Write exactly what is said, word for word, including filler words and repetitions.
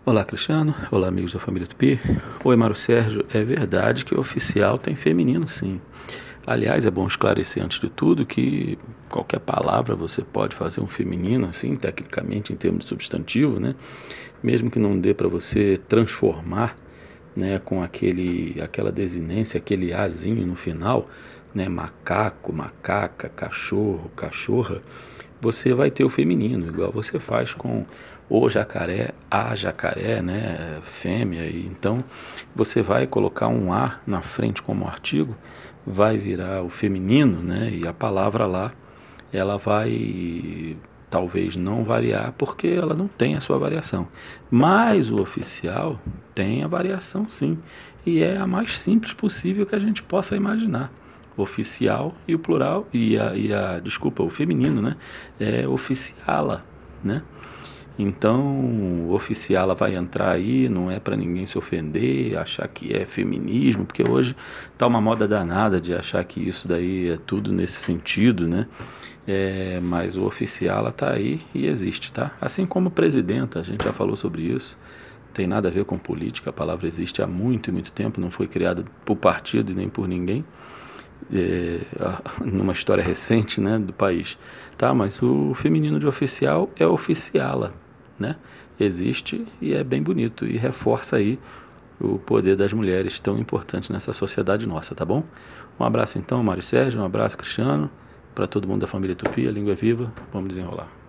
Olá, Cristiano. Olá, amigos da família Tupi. Oi, Mário Sérgio. É verdade que o oficial tem feminino, sim. Aliás, é bom esclarecer antes de tudo que qualquer palavra você pode fazer um feminino, assim, tecnicamente, em termos de substantivo, né? Mesmo que não dê para você transformar, né, com aquele, aquela desinência, aquele azinho no final, né, macaco, macaca, cachorro, cachorra, você vai ter o feminino, igual você faz com o jacaré, a jacaré, né, fêmea, e então você vai colocar um a na frente como artigo, vai virar o feminino, né, e a palavra lá, ela vai talvez não variar porque ela não tem a sua variação. Mas o oficial tem a variação, sim, e é a mais simples possível que a gente possa imaginar. Oficial e o plural e a, e a desculpa, o feminino, né? É oficiala, né? Então, oficiala vai entrar aí, não é para ninguém se ofender, achar que é feminismo, porque hoje tá uma moda danada de achar que isso daí é tudo nesse sentido, né? É, mas o oficiala tá aí e existe, tá? Assim como presidenta, a gente já falou sobre isso, não tem nada a ver com política, a palavra existe há muito e muito tempo, não foi criada por partido e nem por ninguém, é, numa história recente, né, do país, tá? Mas o feminino de oficial é oficiala, né? Existe e é bem bonito e reforça aí o poder das mulheres tão importante nessa sociedade nossa, tá bom? Um abraço então, Mário Sérgio, um abraço, Cristiano, para todo mundo da família Tupi, a língua é viva, vamos desenrolar.